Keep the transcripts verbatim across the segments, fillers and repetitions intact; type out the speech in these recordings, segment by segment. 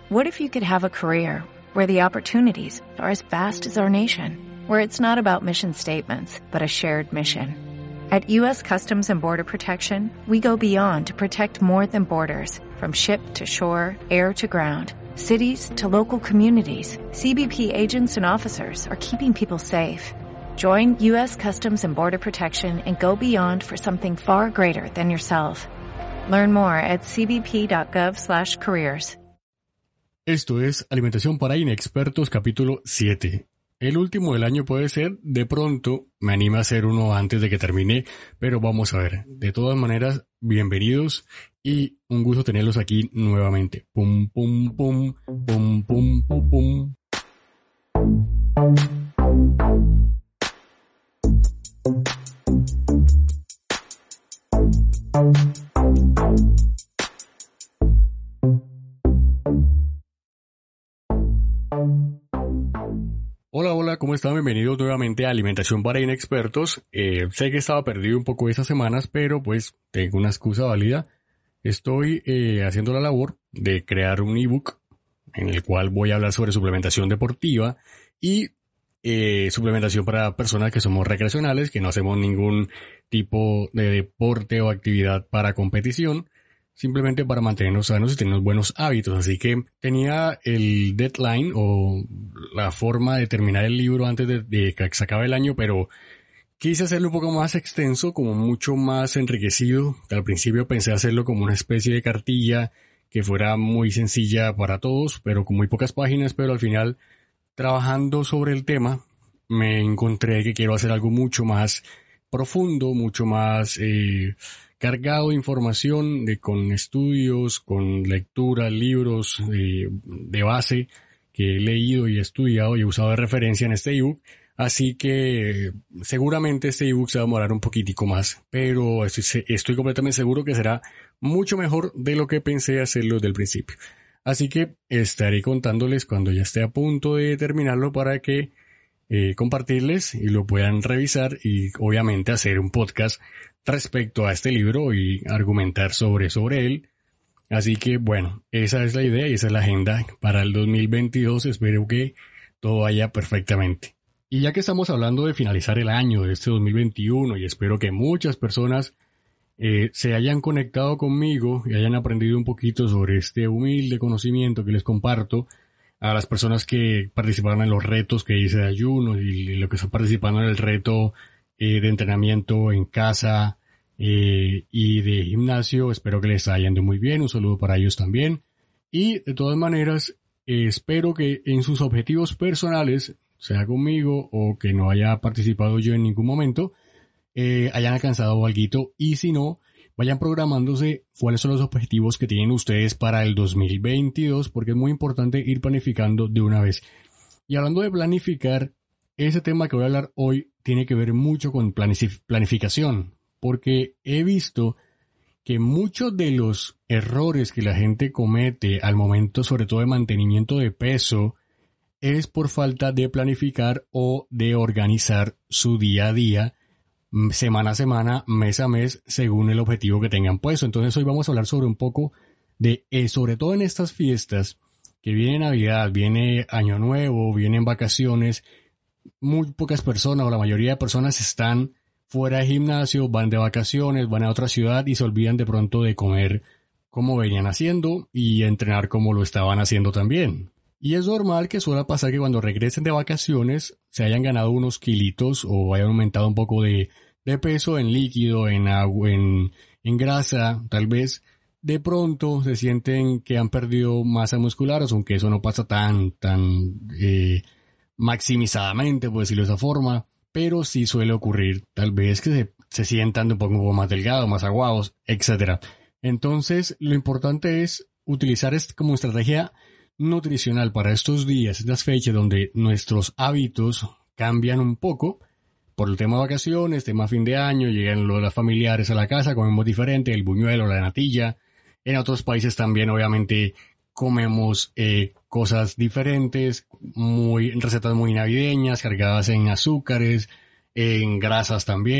What if you could have a career where the opportunities are as vast as our nation, where it's not about mission statements, but a shared mission? At U S Customs and Border Protection, we go beyond to protect more than borders. From ship to shore, air to ground, cities to local communities, C B P agents and officers are keeping people safe. Join U S Customs and Border Protection and go beyond for something far greater than yourself. Learn more at c b p dot gov slash careers. Esto es Alimentación para Inexpertos, capítulo siete. El último del año puede ser, de pronto me anima a hacer uno antes de que termine, pero vamos a ver. De todas maneras, bienvenidos y un gusto tenerlos aquí nuevamente. Pum, pum, pum, pum, pum, pum, pum. Hola, hola, ¿cómo están? Bienvenidos nuevamente a Alimentación para Inexpertos. Eh, sé que estaba perdido un poco estas semanas, pero pues tengo una excusa válida. Estoy eh, haciendo la labor de crear un ebook en el cual voy a hablar sobre suplementación deportiva y eh, suplementación para personas que somos recreacionales, que no hacemos ningún tipo de deporte o actividad para competición, simplemente para mantenernos sanos y tener buenos hábitos. Así que tenía el deadline o la forma de terminar el libro antes de, de que se acabe el año, pero quise hacerlo un poco más extenso, como mucho más enriquecido. Al principio pensé hacerlo como una especie de cartilla que fuera muy sencilla para todos, pero con muy pocas páginas, pero al final, trabajando sobre el tema, me encontré que quiero hacer algo mucho más profundo, mucho más eh, cargado de información, de con estudios, con lectura, libros eh, de base que he leído y estudiado y he usado de referencia en este ebook. Así que seguramente este ebook se va a demorar un poquitico más, pero estoy, estoy completamente seguro que será mucho mejor de lo que pensé hacerlo desde el principio. Así que estaré contándoles cuando ya esté a punto de terminarlo para que eh, compartirles y lo puedan revisar y obviamente hacer un podcast respecto a este libro y argumentar sobre, sobre él. Así que bueno, esa es la idea y esa es la agenda para el dos mil veintidós. Espero que todo vaya perfectamente. Y ya que estamos hablando de finalizar el año de este dos mil veintiuno y espero que muchas personas eh, se hayan conectado conmigo y hayan aprendido un poquito sobre este humilde conocimiento que les comparto, a las personas que participaron en los retos que hice de ayuno y, y lo que están participando en el reto eh, de entrenamiento en casa eh, y de gimnasio, espero que les está yendo muy bien. Un saludo para ellos también. Y de todas maneras, eh, espero que en sus objetivos personales, sea conmigo o que no haya participado yo en ningún momento, eh, hayan alcanzado algo, y si no, vayan programándose cuáles son los objetivos que tienen ustedes para el dos mil veintidós, porque es muy importante ir planificando de una vez. Y hablando de planificar, ese tema que voy a hablar hoy tiene que ver mucho con planif- planificación, porque he visto que muchos de los errores que la gente comete al momento, sobre todo de mantenimiento de peso, es por falta de planificar o de organizar su día a día, semana a semana, mes a mes, según el objetivo que tengan puesto. Entonces hoy vamos a hablar sobre un poco de, eh, sobre todo en estas fiestas, que viene Navidad, viene Año Nuevo, vienen vacaciones, muy pocas personas o la mayoría de personas están fuera de gimnasio, van de vacaciones, van a otra ciudad y se olvidan de pronto de comer como venían haciendo y entrenar como lo estaban haciendo también. Y es normal que suele pasar que cuando regresen de vacaciones se hayan ganado unos kilitos o hayan aumentado un poco de, de peso en líquido, en agua, en, en grasa, tal vez. De pronto se sienten que han perdido masa muscular, aunque eso no pasa tan, tan eh, maximizadamente, por decirlo de esa forma, pero sí suele ocurrir, tal vez que se, se sientan un poco más delgados, más aguados, etcétera. Entonces, lo importante es utilizar esto como estrategia nutricional para estos días, estas fechas donde nuestros hábitos cambian un poco por el tema de vacaciones, tema fin de año, llegan los familiares a la casa, comemos diferente, el buñuelo, la natilla. En otros países también obviamente comemos eh, cosas diferentes, muy recetas muy navideñas, cargadas en azúcares, en grasas también,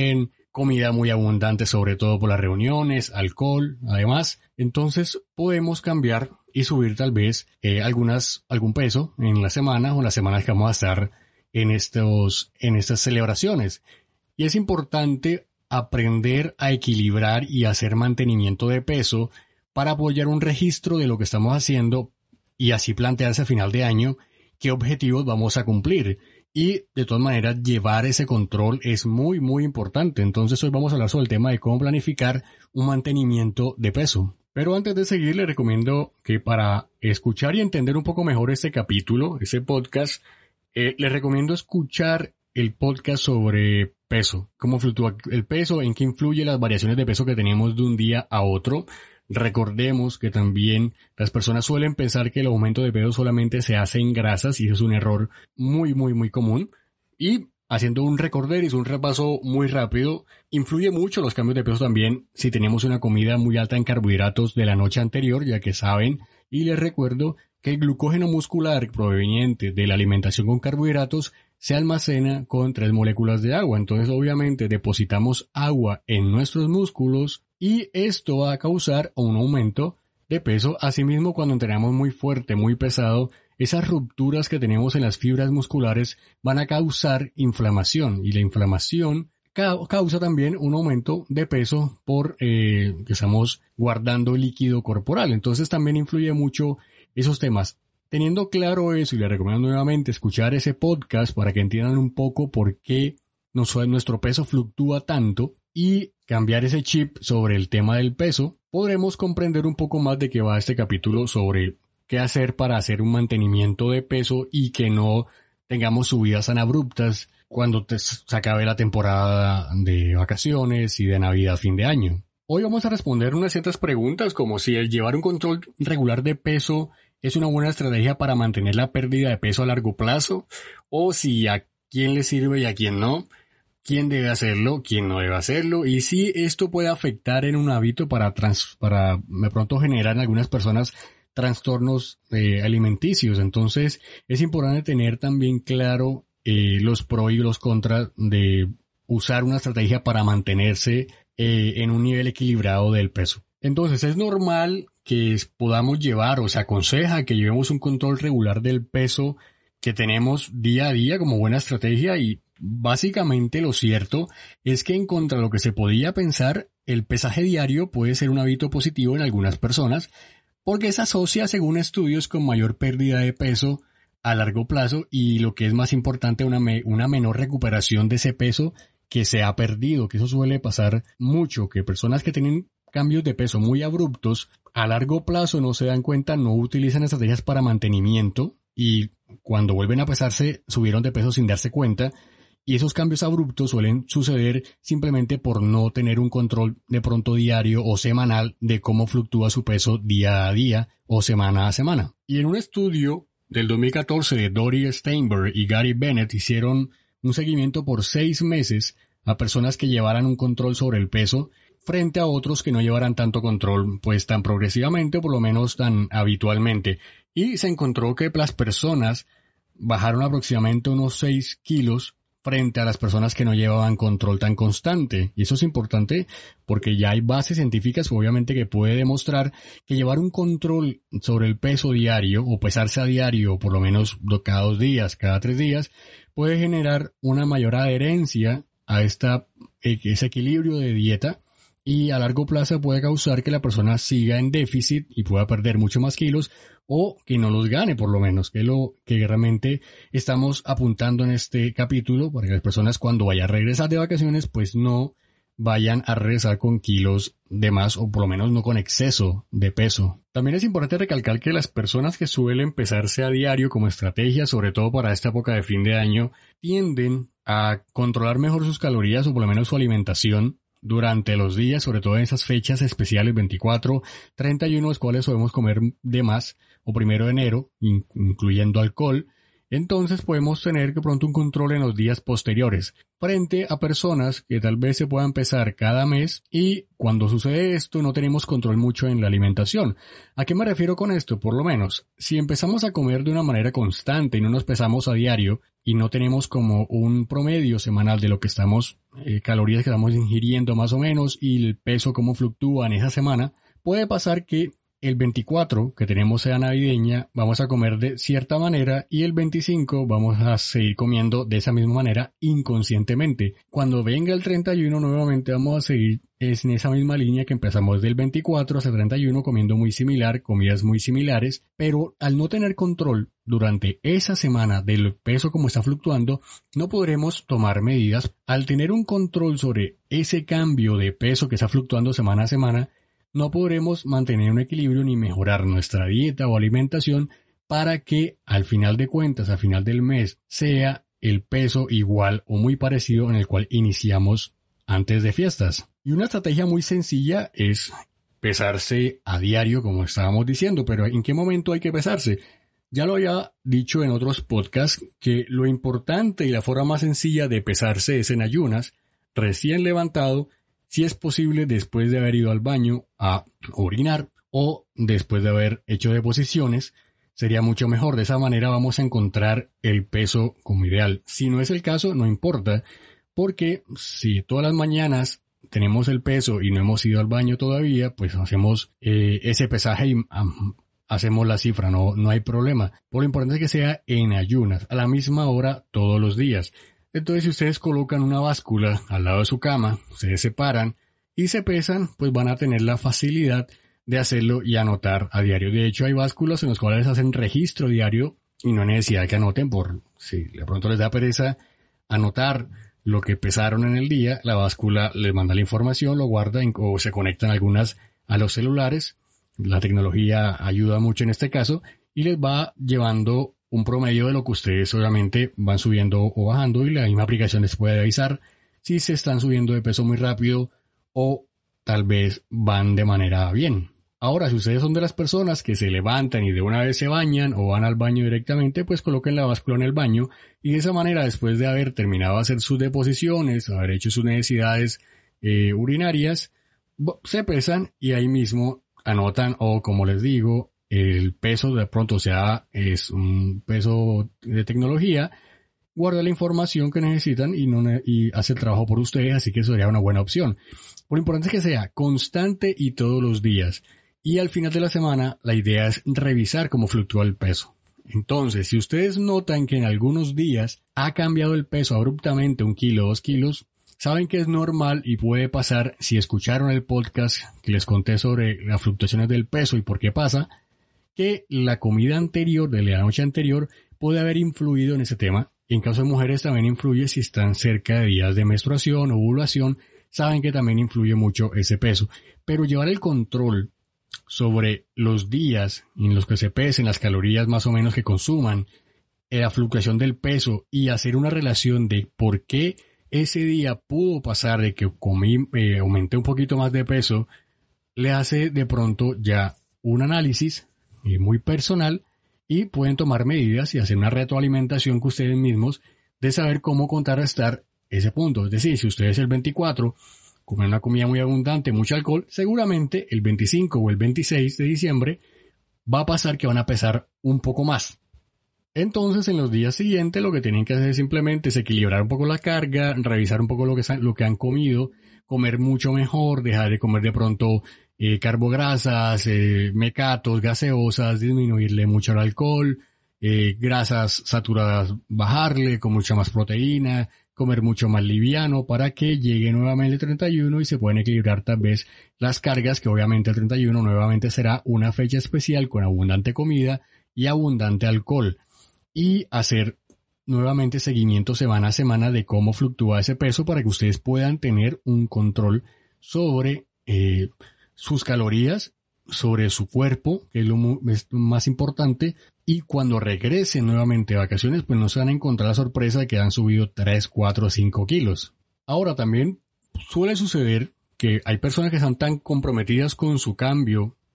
comida muy abundante, sobre todo por las reuniones, alcohol, además. Entonces podemos cambiar y subir tal vez eh, algunas algún peso en la semana o las semanas que vamos a estar en estos en estas celebraciones. Y es importante aprender a equilibrar y hacer mantenimiento de peso para apoyar un registro de lo que estamos haciendo y así plantearse a final de año qué objetivos vamos a cumplir. Y de todas maneras llevar ese control es muy muy importante. Entonces hoy vamos a hablar sobre el tema de cómo planificar un mantenimiento de peso. Pero antes de seguir les recomiendo que para escuchar y entender un poco mejor este capítulo, ese podcast, eh, les recomiendo escuchar el podcast sobre peso, cómo fluctúa el peso, en qué influye las variaciones de peso que tenemos de un día a otro. Recordemos que también las personas suelen pensar que el aumento de peso solamente se hace en grasas y eso es un error muy muy muy común. Y haciendo un recorderis, un repaso muy rápido, influye mucho los cambios de peso también si tenemos una comida muy alta en carbohidratos de la noche anterior, ya que saben, y les recuerdo que el glucógeno muscular proveniente de la alimentación con carbohidratos se almacena con tres moléculas de agua. Entonces obviamente depositamos agua en nuestros músculos y esto va a causar un aumento de peso. Asimismo, cuando entrenamos muy fuerte, muy pesado, esas rupturas que tenemos en las fibras musculares van a causar inflamación y la inflamación ca- causa también un aumento de peso por eh, que estamos guardando líquido corporal. Entonces también influye mucho esos temas. Teniendo claro eso, y les recomiendo nuevamente escuchar ese podcast para que entiendan un poco por qué nuestro peso fluctúa tanto y cambiar ese chip sobre el tema del peso, podremos comprender un poco más de qué va este capítulo sobre qué hacer para hacer un mantenimiento de peso y que no tengamos subidas tan abruptas cuando te, se acabe la temporada de vacaciones y de Navidad, fin de año. Hoy vamos a responder unas ciertas preguntas como si el llevar un control regular de peso es una buena estrategia para mantener la pérdida de peso a largo plazo, o si a quién le sirve y a quién no, quién debe hacerlo, quién no debe hacerlo, y si esto puede afectar en un hábito para, trans, para de pronto generar en algunas personas trastornos eh, alimenticios. Entonces es importante tener también claro eh, los pros y los contras de usar una estrategia para mantenerse eh, en un nivel equilibrado del peso. Entonces es normal que podamos llevar, o se aconseja que llevemos un control regular del peso que tenemos día a día como buena estrategia, y básicamente lo cierto es que en contra de lo que se podía pensar, el pesaje diario puede ser un hábito positivo en algunas personas porque se asocia según estudios con mayor pérdida de peso a largo plazo y, lo que es más importante, una, me- una menor recuperación de ese peso que se ha perdido, que eso suele pasar mucho, que personas que tienen cambios de peso muy abruptos a largo plazo no se dan cuenta, no utilizan estrategias para mantenimiento y cuando vuelven a pesarse subieron de peso sin darse cuenta, y esos cambios abruptos suelen suceder simplemente por no tener un control de pronto diario o semanal de cómo fluctúa su peso día a día o semana a semana. Y en un estudio del dos mil catorce de Dory Steinberg y Gary Bennett hicieron un seguimiento por seis meses a personas que llevaran un control sobre el peso frente a otros que no llevaran tanto control, pues tan progresivamente o por lo menos tan habitualmente. Y se encontró que las personas bajaron aproximadamente unos seis kilos frente a las personas que no llevaban control tan constante. Y eso es importante porque ya hay bases científicas obviamente que puede demostrar que llevar un control sobre el peso diario o pesarse a diario, por lo menos cada dos días, cada tres días, puede generar una mayor adherencia a esta, ese equilibrio de dieta, y a largo plazo puede causar que la persona siga en déficit y pueda perder mucho más kilos, o que no los gane por lo menos, que es lo que realmente estamos apuntando en este capítulo, para que las personas cuando vayan a regresar de vacaciones pues no vayan a regresar con kilos de más, o por lo menos no con exceso de peso. También es importante recalcar que las personas que suelen pesarse a diario como estrategia, sobre todo para esta época de fin de año, tienden a controlar mejor sus calorías o por lo menos su alimentación durante los días, sobre todo en esas fechas especiales veinticuatro, treinta y uno, los cuales podemos comer de más, o primero de enero, incluyendo alcohol, Entonces podemos tener de pronto un control en los días posteriores, frente a personas que tal vez se puedan pesar cada mes y cuando sucede esto no tenemos control mucho en la alimentación. ¿A qué me refiero con esto? Por lo menos, si empezamos a comer de una manera constante y no nos pesamos a diario y no tenemos como un promedio semanal de lo que estamos, eh, calorías que estamos ingiriendo más o menos y el peso cómo fluctúa en esa semana, puede pasar que el veinticuatro, que tenemos sea navideña, vamos a comer de cierta manera y el veinticinco vamos a seguir comiendo de esa misma manera inconscientemente. Cuando venga el treinta y uno nuevamente vamos a seguir en esa misma línea que empezamos del veinticuatro hasta el treinta y uno comiendo muy similar, comidas muy similares, pero al no tener control durante esa semana del peso como está fluctuando, no podremos tomar medidas. Al tener un control sobre ese cambio de peso que está fluctuando semana a semana, no podremos mantener un equilibrio ni mejorar nuestra dieta o alimentación para que al final de cuentas, al final del mes, sea el peso igual o muy parecido en el cual iniciamos antes de fiestas. Y una estrategia muy sencilla es pesarse a diario, como estábamos diciendo, pero ¿en qué momento hay que pesarse? Ya lo había dicho en otros podcasts que lo importante y la forma más sencilla de pesarse es en ayunas, recién levantado, si es posible después de haber ido al baño a orinar o después de haber hecho deposiciones, sería mucho mejor. De esa manera vamos a encontrar el peso como ideal. Si no es el caso, no importa, porque si todas las mañanas tenemos el peso y no hemos ido al baño todavía, pues hacemos eh, ese pesaje y um, hacemos la cifra, no, no hay problema. Por lo importante es que sea en ayunas, a la misma hora todos los días. Entonces, si ustedes colocan una báscula al lado de su cama, se separan y se pesan, pues van a tener la facilidad de hacerlo y anotar a diario. De hecho, hay básculas en las cuales hacen registro diario y no hay necesidad que anoten por si de pronto les da pereza anotar lo que pesaron en el día. La báscula les manda la información, lo guarda o se conectan algunas a los celulares. La tecnología ayuda mucho en este caso y les va llevando un promedio de lo que ustedes obviamente van subiendo o bajando y la misma aplicación les puede avisar si se están subiendo de peso muy rápido o tal vez van de manera bien. Ahora, si ustedes son de las personas que se levantan y de una vez se bañan o van al baño directamente, pues coloquen la báscula en el baño y de esa manera, después de haber terminado de hacer sus deposiciones, haber hecho sus necesidades eh, urinarias, se pesan y ahí mismo anotan o, como les digo, el peso de pronto sea es un peso de tecnología, guarda la información que necesitan y, no, y hace el trabajo por ustedes, así que eso sería una buena opción. Lo importante es que sea constante y todos los días. Y al final de la semana, la idea es revisar cómo fluctúa el peso. Entonces, si ustedes notan que en algunos días ha cambiado el peso abruptamente un kilo, dos kilos, saben que es normal y puede pasar si escucharon el podcast que les conté sobre las fluctuaciones del peso y por qué pasa, que la comida anterior, de la noche anterior, puede haber influido en ese tema. Y en caso de mujeres también influye si están cerca de días de menstruación o ovulación, saben que también influye mucho ese peso. Pero llevar el control sobre los días en los que se pesen, las calorías más o menos que consuman, la fluctuación del peso y hacer una relación de por qué ese día pudo pasar de que comí, eh, aumenté un poquito más de peso, le hace de pronto ya un análisis muy personal y pueden tomar medidas y hacer una retroalimentación con ustedes mismos de saber cómo contrarrestar ese punto. Es decir, si ustedes el veinticuatro comen una comida muy abundante, mucho alcohol, seguramente el veinticinco o el veintiséis de diciembre va a pasar que van a pesar un poco más. Entonces, en los días siguientes lo que tienen que hacer simplemente es equilibrar un poco la carga, revisar un poco lo que, lo que han comido, comer mucho mejor, dejar de comer de pronto Eh, carbograsas, eh, mecatos, gaseosas, disminuirle mucho el alcohol, eh, grasas saturadas bajarle con mucha más proteína, comer mucho más liviano para que llegue nuevamente el treinta y uno y se pueden equilibrar tal vez las cargas, que obviamente el treinta y uno nuevamente será una fecha especial con abundante comida y abundante alcohol y hacer nuevamente seguimiento semana a semana de cómo fluctúa ese peso para que ustedes puedan tener un control sobre eh, sus calorías, sobre su cuerpo, que es lo, es lo más importante, y cuando regresen nuevamente de vacaciones, pues no se van a encontrar la sorpresa de que han subido tres, cuatro, cinco kilos. Ahora también suele suceder que hay personas que están tan comprometidas con su cambio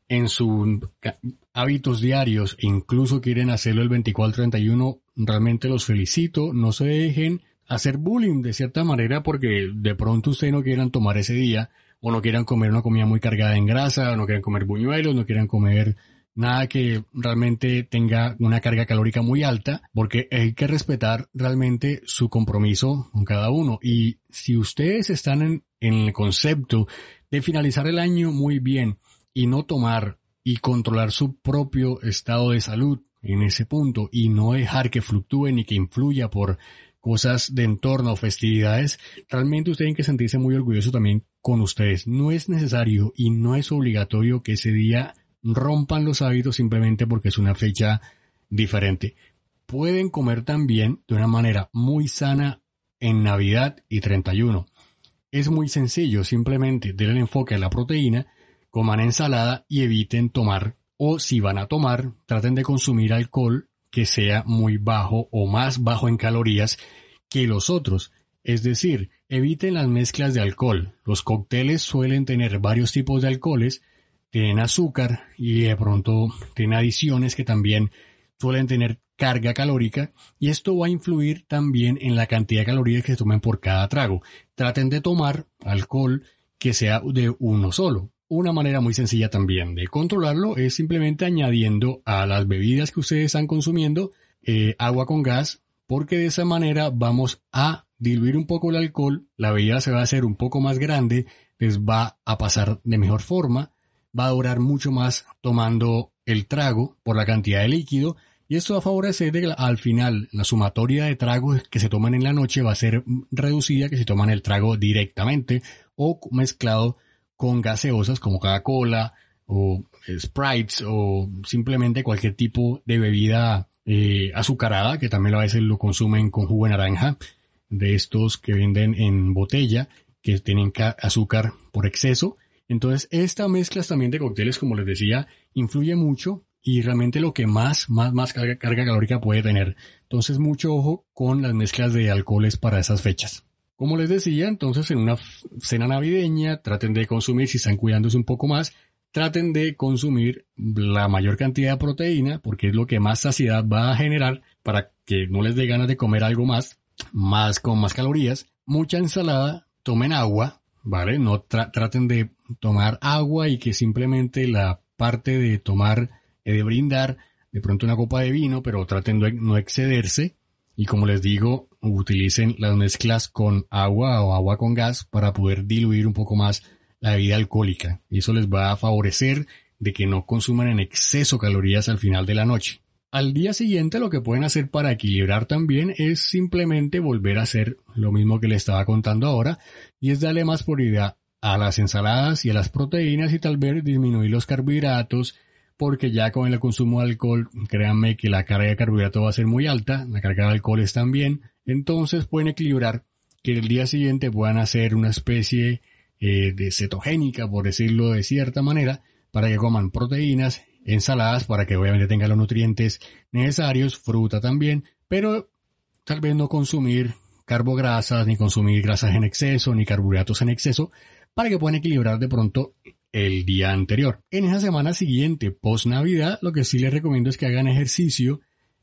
en sus hábitos diarios e incluso quieren hacerlo el veinticuatro treinta y uno, realmente los felicito. No se dejen hacer bullying de cierta manera porque de pronto ustedes no quieran tomar ese día o no quieran comer una comida muy cargada en grasa, o no quieran comer buñuelos, no quieran comer nada que realmente tenga una carga calórica muy alta, porque hay que respetar realmente su compromiso con cada uno. Y si ustedes están en, en el concepto de finalizar el año muy bien y no tomar y controlar su propio estado de salud en ese punto y no dejar que fluctúe ni que influya por cosas de entorno o festividades, realmente ustedes tienen que sentirse muy orgullosos también con ustedes. No es necesario y no es obligatorio que ese día rompan los hábitos simplemente porque es una fecha diferente. Pueden comer también de una manera muy sana en Navidad y treinta y uno. Es muy sencillo, simplemente denle enfoque a la proteína, coman ensalada y eviten tomar, o si van a tomar, traten de consumir alcohol que sea muy bajo o más bajo en calorías que los otros. Es decir, eviten las mezclas de alcohol. Los cócteles suelen tener varios tipos de alcoholes, tienen azúcar y de pronto tienen adiciones que también suelen tener carga calórica, y esto va a influir también en la cantidad de calorías que se tomen por cada trago. Traten de tomar alcohol que sea de uno solo. Una manera muy sencilla también de controlarlo es simplemente añadiendo a las bebidas que ustedes están consumiendo eh, agua con gas, porque de esa manera vamos a diluir un poco el alcohol, la bebida se va a hacer un poco más grande, les va a pasar de mejor forma, va a durar mucho más tomando el trago por la cantidad de líquido, y esto va a favorecer de que al final la sumatoria de tragos que se toman en la noche va a ser reducida que si toman el trago directamente o mezclado con gaseosas como Coca-Cola o Sprites o simplemente cualquier tipo de bebida eh, azucarada, que también a veces lo consumen con jugo de naranja, de estos que venden en botella, que tienen azúcar por exceso. Entonces, esta mezcla también de cócteles, como les decía, influye mucho y realmente lo que más, más, más carga, carga calórica puede tener. Entonces, mucho ojo con las mezclas de alcoholes para esas fechas. Como les decía, entonces, en una cena navideña, traten de consumir, si están cuidándose un poco más, traten de consumir la mayor cantidad de proteína, porque es lo que más saciedad va a generar para que no les dé ganas de comer algo más, más con más calorías. Mucha ensalada, tomen agua, ¿vale? No tra- traten de tomar agua y que simplemente la parte de tomar, eh, de brindar, de pronto una copa de vino, pero traten de no excederse. Y como les digo, utilicen las mezclas con agua o agua con gas para poder diluir un poco más la bebida alcohólica. Y eso les va a favorecer de que no consuman en exceso calorías al final de la noche. Al día siguiente lo que pueden hacer para equilibrar también es simplemente volver a hacer lo mismo que les estaba contando ahora, y es darle más prioridad a las ensaladas y a las proteínas y tal vez disminuir los carbohidratos, porque ya con el consumo de alcohol, créanme que la carga de carbohidratos va a ser muy alta, la carga de alcoholes también. Entonces pueden equilibrar que el día siguiente puedan hacer una especie eh, de cetogénica, por decirlo de cierta manera, para que coman proteínas, ensaladas, para que obviamente tengan los nutrientes necesarios, fruta también, pero tal vez no consumir carbograsas, ni consumir grasas en exceso, ni carbohidratos en exceso, para que puedan equilibrar de pronto el día anterior. En esa semana siguiente, post Navidad, lo que sí les recomiendo es que hagan ejercicio,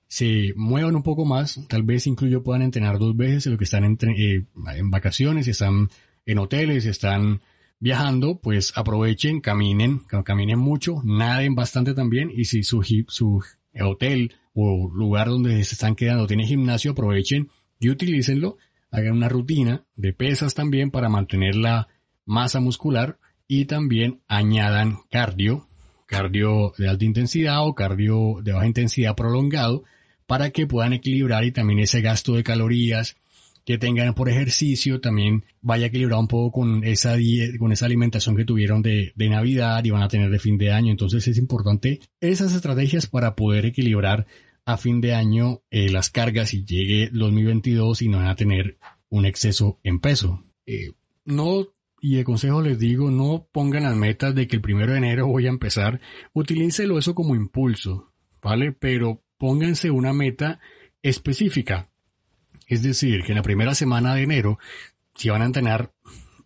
se muevan un poco más, tal vez incluso puedan entrenar dos veces en lo que están en, eh, en vacaciones, si están en hoteles, si están viajando, pues aprovechen, caminen, caminen mucho, naden bastante también, y si su, su hotel o lugar donde se están quedando tiene gimnasio, aprovechen y utilícenlo, hagan una rutina de pesas también para mantener la masa muscular, y también añadan cardio, cardio de alta intensidad o cardio de baja intensidad prolongado, para que puedan equilibrar y también ese gasto de calorías que tengan por ejercicio también vaya equilibrado un poco con esa dieta, con esa alimentación que tuvieron de, de Navidad y van a tener de fin de año. Entonces es importante esas estrategias para poder equilibrar a fin de año eh, las cargas y llegue dos mil veintidós y no van a tener un exceso en peso. Eh, no Y de consejo les digo, no pongan las metas de que el primero de enero voy a empezar. Utilícelo eso como impulso, ¿vale? Pero pónganse una meta específica. Es decir, que en la primera semana de enero, si van a entrenar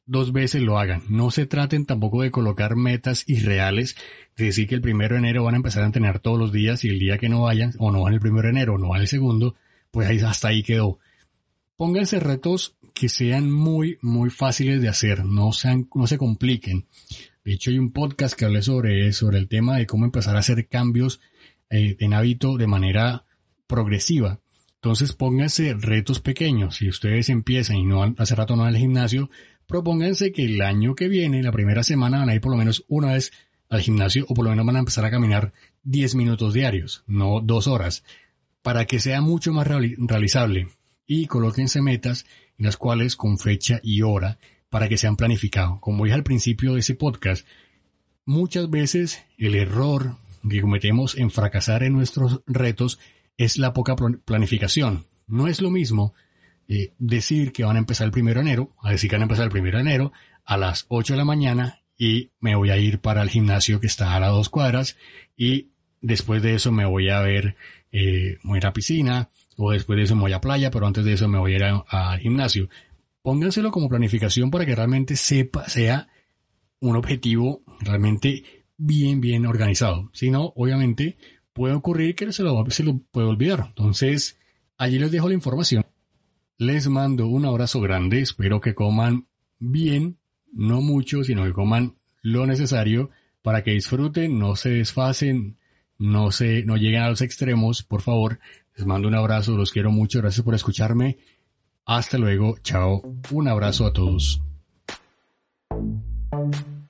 dos veces lo hagan. No se traten tampoco de colocar metas irreales, de decir que el primero de enero van a empezar a entrenar todos los días y el día que no vayan, o no van el primero de enero o no van el segundo, pues ahí hasta ahí quedó. Pónganse retos que sean muy, muy fáciles de hacer, no sean, no se compliquen. De hecho, hay un podcast que hablé sobre, sobre el tema de cómo empezar a hacer cambios eh, en hábito de manera progresiva. Entonces, pónganse retos pequeños. Si ustedes empiezan y no van, hace rato no van al gimnasio, propónganse que el año que viene, la primera semana, van a ir por lo menos una vez al gimnasio o por lo menos van a empezar a caminar diez minutos diarios, no dos horas, para que sea mucho más reali- realizable. Y colóquense metas en las cuales con fecha y hora para que sean planificados. Como dije al principio de ese podcast, muchas veces el error que cometemos en fracasar en nuestros retos es la poca planificación. No es lo mismo eh, decir que van a empezar el primero de enero, a decir que van a empezar el primero de enero a las ocho de la mañana y me voy a ir para el gimnasio que está a las dos cuadras y después de eso me voy a ver, eh, voy a ir a piscina, o después de eso me voy a playa, pero antes de eso me voy a ir al gimnasio. Pónganselo como planificación para que realmente sepa, sea un objetivo realmente bien, bien organizado. Si no, obviamente, puede ocurrir que se lo, se lo puede olvidar. Entonces, allí les dejo la información. Les mando un abrazo grande. Espero que coman bien, no mucho, sino que coman lo necesario para que disfruten, no se desfasen, no se, no lleguen a los extremos, por favor. Les mando un abrazo, los quiero mucho, gracias por escucharme. Hasta luego, chao, un abrazo a todos.